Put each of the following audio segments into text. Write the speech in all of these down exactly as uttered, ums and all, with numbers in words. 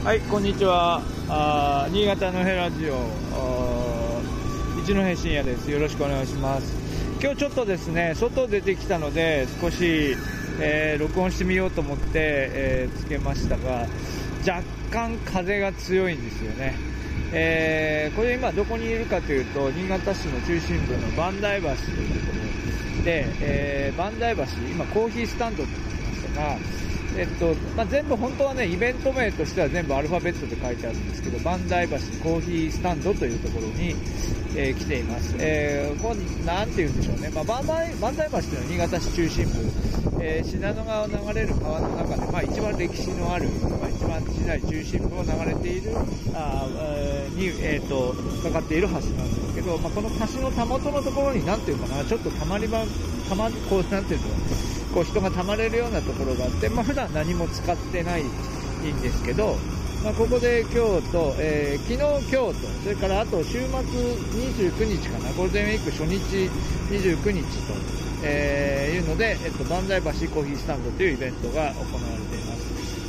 はい、こんにちは。あ新潟のヘラジオ一戸深夜です。よろしくお願いします。今日ちょっとですね、外出てきたので少し、えー、録音してみようと思って、えー、つけましたが、若干風が強いんですよね。えー、これ今どこにいるかというと、新潟市の中心部の磐梯橋というところで、えー、磐梯橋、今コーヒースタンドと言ってましたが、えっとまあ、全部本当はね、イベント名としては全部アルファベットで書いてあるんですけど、磐梯橋コーヒースタンドというところに、えー、来ています。えー、こうなんて言うんでしょうね、まあ、磐梯橋というのは新潟市中心部、えー、信濃川を流れる川の中で、まあ、一番歴史のある、まあ、一番市内中心部を流れているあ、えー、に、えー、とかかっている橋なんですけど、まあ、この橋のたもとのところになんていうかな、ちょっとたまり場たまこうなんていうのこう人がたまれるようなところがあって、まあ、普段何も使ってないんですけど、まあ、ここで今日と、えー、昨日、今日と、それからあと週末にじゅうくにちかな、ゴールデンウィーク初日にじゅうくにちと、えー、いうので、えっと、磐梯橋コーヒースタンドというイベントが行われています。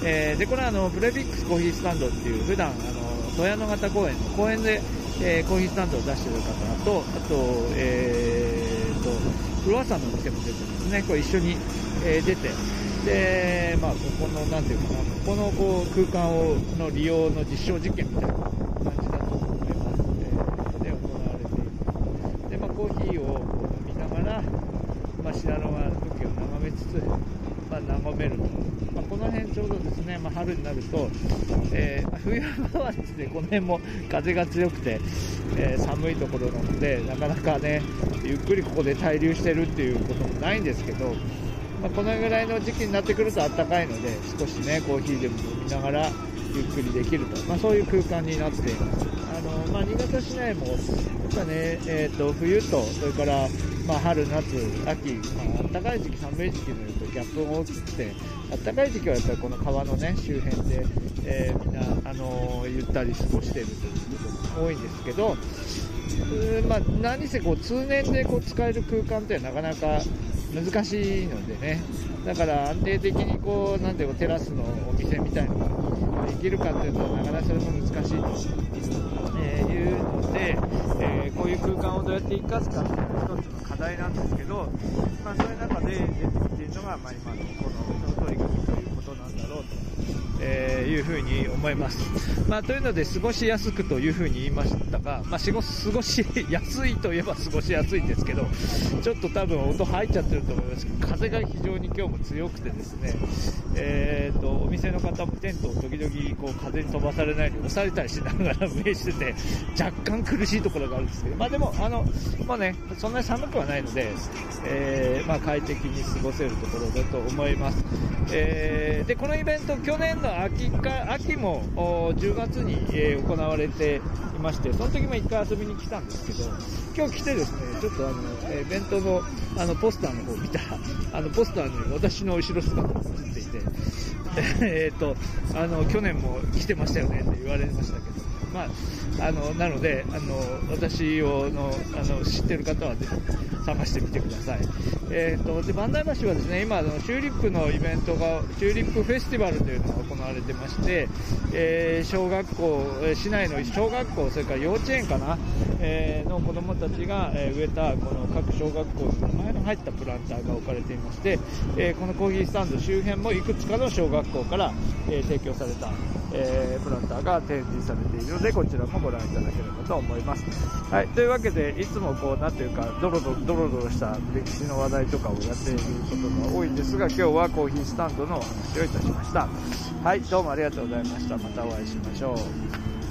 えー、で、これはあの、プレフィックスコーヒースタンドっていう、普段、あの、戸谷野方公園の公園で、えー、コーヒースタンドを出している方と、あと、えーと、クロワッサンの店も出てますね。これ一緒に、えー、出て、で、まあ、ここの、なんていうかな、ここのこう空間をの利用の実証実験みたいな感じだと思います。えー、で、行われています。で、まあ、コーヒーをこう飲みながら、まあ、信濃川の時を眺めつつ、まあ、眺めると。まあ、この辺ちょうどですね、まあ、春になると、えー、冬場はですね、この辺も風が強くて、えー、寒いところなので、なかなかね、ゆっくりここで滞留してるっていうこともないんですけど、まあ、このぐらいの時期になってくると暖かいので、少しね、コーヒーでも飲みながらゆっくりできると、まあ、そういう空間になっています。あの、まあ、新潟市内も、やっぱね、えーと、冬と、それから、まあ、春、夏、秋、まあ、暖かい時期、寒い時期のとギャップが大きくて、暖かい時期はやっぱりこの川のね、周辺で、えー、みんな、あのー、ゆったり過ごしているということが多いんですけど、うまあ、何せこう通年でこう使える空間ってなかなか難しいのでね、だから安定的にこうなんていうかテラスのお店みたいなのができるかっていうとなかなかそれも難しいと、えー、いうので、えー、こういう空間をどうやって生かすかっていうのが一つの課題なんですけど、まあ、そういう中で出てきているのが、まあ、今のこの取り組みということなんだろうと、えー、いうふうに思います。まあ、というので過ごしやすくというふうに言いましたが、まあ、過ごしやすいといえば過ごしやすいんですけど、ちょっと多分音入っちゃってると思います。風が非常に今日も強くてですね、えー、とお店の方もテントを時々こう風に飛ばされないように押されたりしながら運営してて若干苦しいところがあるんですけど、まあでもあの、まあね、そんなに寒くはないので、えーまあ、快適に過ごせるところだと思います。えー、でこのイベント去年の秋か秋もじゅうがつに、えー、行われていまして、その時も一回遊びに来たんですけど、今日来てですね、ちょっとあの、えー、イベントのあのポスターの方を見たら、あのポスターに私の後ろ姿が映っていてえーとあの去年も来てましたよねって言われましたけど、まあ、あのなのであの私をのあの知ってる方はぜひ探してみてください。えーとで磐梯橋はですね、今あのチューリップのイベントがチューリップフェスティバルというのが行われてまして、えー、小学校市内の小学校、それから幼稚園かな、えー、の子どもたちが、えー、植えたこの各小学校の名前の入ったプランターが置かれていまして、えー、このコーヒースタンド周辺もいくつかの小学校から、えー、提供された、えー、プランターが展示されているので、こちらもご覧いただければと思います。はい、というわけでいつもこうなんていうかドロドロドロドロした歴史の話題とかをやっていることが多いんですが、今日はコーヒースタンドのお話をいたしました。はい、どうもありがとうございました。またお会いしましょう。